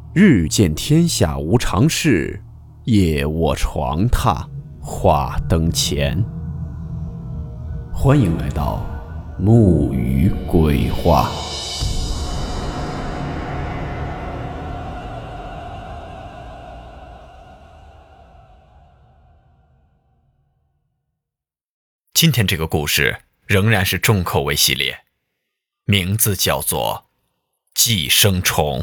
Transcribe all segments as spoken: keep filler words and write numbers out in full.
日见天下无常事，夜卧床榻话灯前。欢迎来到木鱼鬼话。 今天这个故事仍然是重口味系列，名字叫做寄生虫。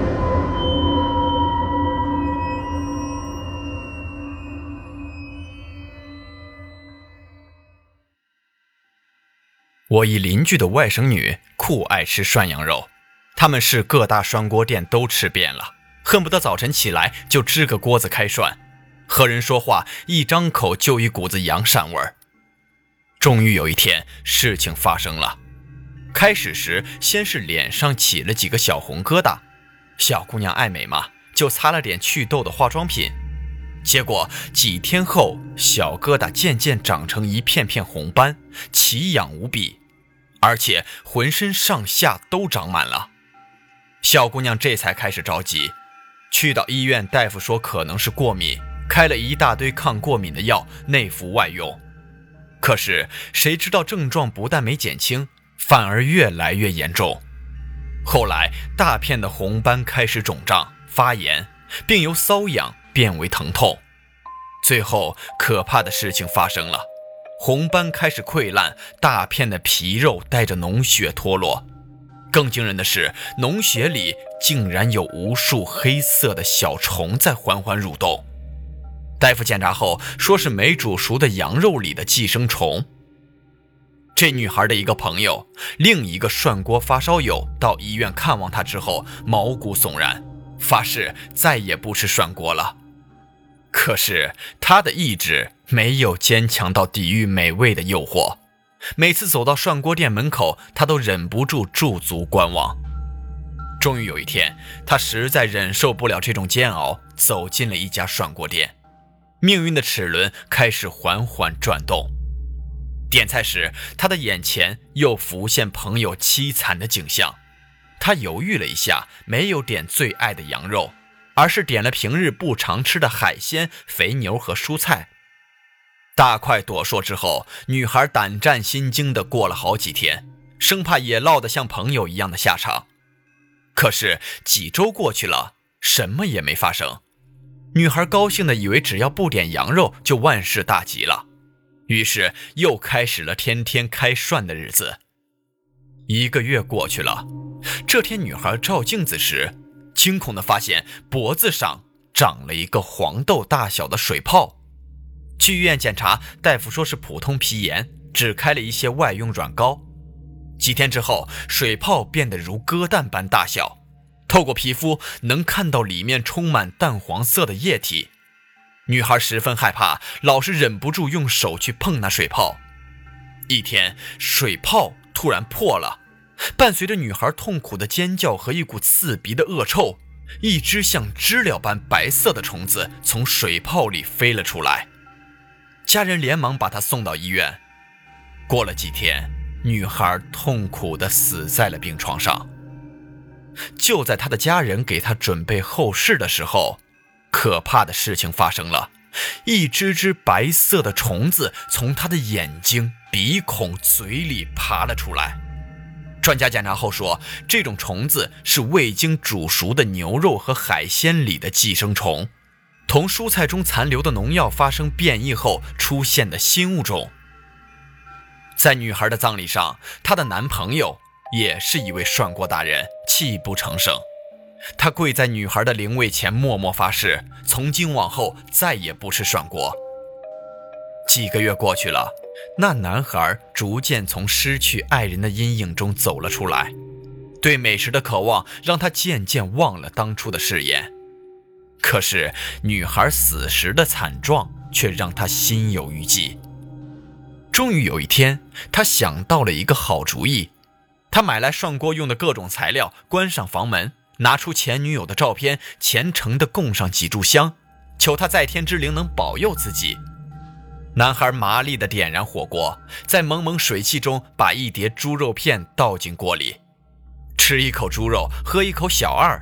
我一邻居的外甥女酷爱吃涮羊肉，他们是各大涮锅店都吃遍了，恨不得早晨起来就支个锅子开涮，和人说话一张口就一股子羊膻味儿。终于有一天，事情发生了。开始时先是脸上起了几个小红疙瘩，小姑娘爱美嘛，就擦了点祛痘的化妆品。结果几天后，小疙瘩渐渐长成一片片红斑，奇痒无比，而且浑身上下都长满了。小姑娘这才开始着急，去到医院，大夫说可能是过敏，开了一大堆抗过敏的药，内服外用。可是谁知道症状不但没减轻，反而越来越严重。后来大片的红斑开始肿胀发炎，并由瘙痒变为疼痛。最后可怕的事情发生了，红斑开始溃烂，大片的皮肉带着脓血脱落。更惊人的是，脓血里竟然有无数黑色的小虫在缓缓蠕动。大夫检查后说是没煮熟的羊肉里的寄生虫。这女孩的一个朋友，另一个涮锅发烧友到医院看望她之后，毛骨悚然，发誓再也不吃涮锅了。可是她的意志没有坚强到抵御美味的诱惑，每次走到涮锅店门口，她都忍不住驻足观望。终于有一天，她实在忍受不了这种煎熬，走进了一家涮锅店。命运的齿轮开始缓缓转动。点菜时，他的眼前又浮现朋友凄惨的景象。他犹豫了一下，没有点最爱的羊肉，而是点了平日不常吃的海鲜、肥牛和蔬菜。大快朵颢之后，女孩胆战心惊地过了好几天，生怕也落得像朋友一样的下场。可是几周过去了，什么也没发生。女孩高兴地以为只要不点羊肉就万事大吉了，于是又开始了天天开涮的日子。一个月过去了，这天女孩照镜子时，惊恐地发现脖子上长了一个黄豆大小的水泡。去医院检查，大夫说是普通皮炎，只开了一些外用软膏。几天之后，水泡变得如鸽蛋般大小，透过皮肤能看到里面充满淡黄色的液体。女孩十分害怕，老是忍不住用手去碰那水泡。一天，水泡突然破了，伴随着女孩痛苦的尖叫和一股刺鼻的恶臭，一只像知了般白色的虫子从水泡里飞了出来。家人连忙把她送到医院。过了几天，女孩痛苦地死在了病床上。就在他的家人给他准备后事的时候，可怕的事情发生了。一只只白色的虫子从他的眼睛、鼻孔、嘴里爬了出来。专家检查后说，这种虫子是未经煮熟的牛肉和海鲜里的寄生虫，同蔬菜中残留的农药发生变异后出现的新物种。在女孩的葬礼上，她的男朋友也是一位涮锅达人，泣不成声。他跪在女孩的灵位前默默发誓，从今往后再也不吃涮锅。几个月过去了，那男孩逐渐从失去爱人的阴影中走了出来，对美食的渴望让他渐渐忘了当初的誓言。可是女孩死时的惨状却让他心有余悸。终于有一天，他想到了一个好主意。他买来涮锅用的各种材料，关上房门，拿出前女友的照片，虔诚地供上几炷香，求他在天之灵能保佑自己。男孩麻利地点燃火锅，在蒙蒙水汽中把一碟猪肉片倒进锅里，吃一口猪肉，喝一口小二，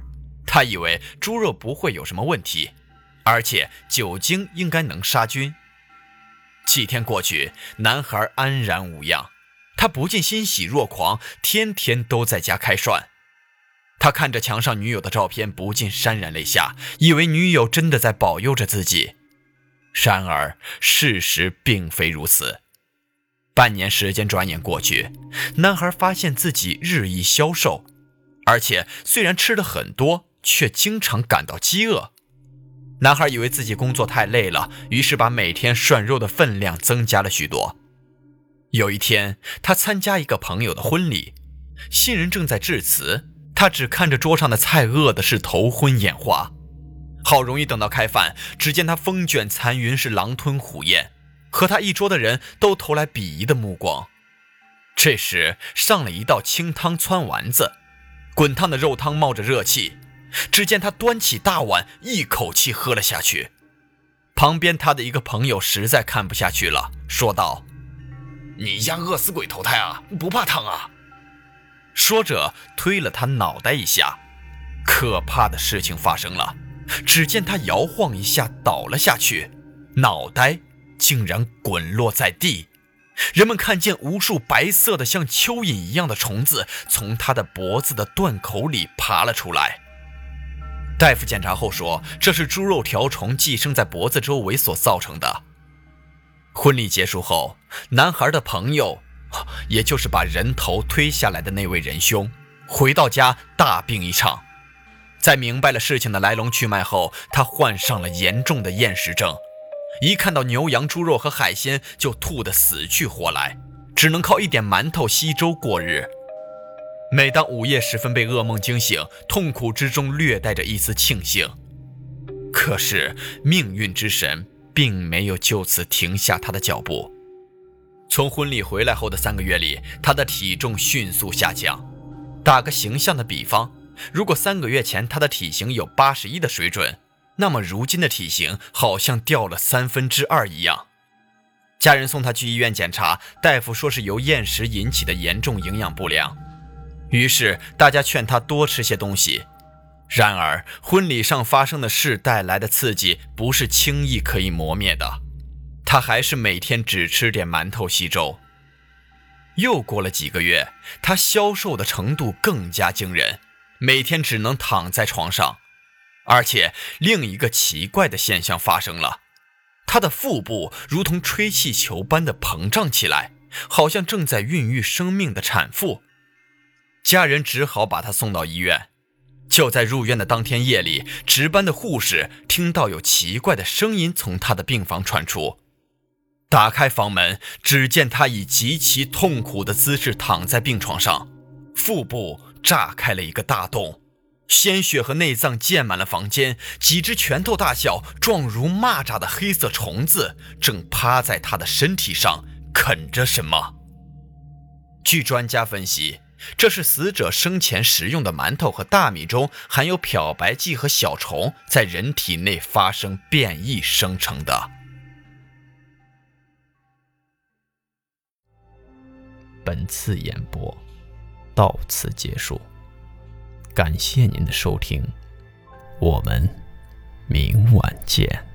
他以为猪肉不会有什么问题，而且酒精应该能杀菌。几天过去，男孩安然无恙，他不禁欣喜若狂，天天都在家开涮。他看着墙上女友的照片，不禁潸然泪下，以为女友真的在保佑着自己。然而事实并非如此。半年时间转眼过去，男孩发现自己日益消瘦，而且虽然吃的很多，却经常感到饥饿。男孩以为自己工作太累了，于是把每天涮肉的分量增加了许多。有一天，他参加一个朋友的婚礼，新人正在致辞，他只看着桌上的菜，饿的是头昏眼花。好容易等到开饭，只见他风卷残云，是狼吞虎咽，和他一桌的人都投来鄙夷的目光。这时上了一道清汤汆丸子，滚烫的肉汤冒着热气，只见他端起大碗，一口气喝了下去。旁边他的一个朋友实在看不下去了，说道：你家饿死鬼投胎啊，不怕烫啊？说着推了他脑袋一下。可怕的事情发生了，只见他摇晃一下倒了下去，脑袋竟然滚落在地。人们看见无数白色的像蚯蚓一样的虫子从他的脖子的断口里爬了出来。大夫检查后说，这是猪肉条虫寄生在脖子周围所造成的。婚礼结束后，男孩的朋友，也就是把人头推下来的那位仁兄，回到家大病一场。在明白了事情的来龙去脉后，他患上了严重的厌食症，一看到牛羊猪肉和海鲜就吐得死去活来，只能靠一点馒头稀粥过日。每当午夜时分被噩梦惊醒，痛苦之中略带着一丝庆幸。可是命运之神并没有就此停下他的脚步。从婚礼回来后的三个月里，他的体重迅速下降。打个形象的比方，如果三个月前他的体型有八十一的水准，那么如今的体型好像掉了三分之二一样。家人送他去医院检查，大夫说是由厌食引起的严重营养不良。于是大家劝他多吃些东西。然而婚礼上发生的事带来的刺激不是轻易可以磨灭的，他还是每天只吃点馒头稀粥。又过了几个月，他消瘦的程度更加惊人，每天只能躺在床上。而且另一个奇怪的现象发生了，他的腹部如同吹气球般的膨胀起来，好像正在孕育生命的产妇。家人只好把他送到医院。就在入院的当天夜里，值班的护士听到有奇怪的声音从他的病房传出。打开房门，只见他以极其痛苦的姿势躺在病床上，腹部炸开了一个大洞，鲜血和内脏溅满了房间，几只拳头大小、状如蚂蚱的黑色虫子正趴在他的身体上啃着什么。据专家分析，这是死者生前食用的馒头和大米中含有漂白剂和小虫在人体内发生变异生成的。 本次演播到此结束，感谢您的收听，我们明晚见。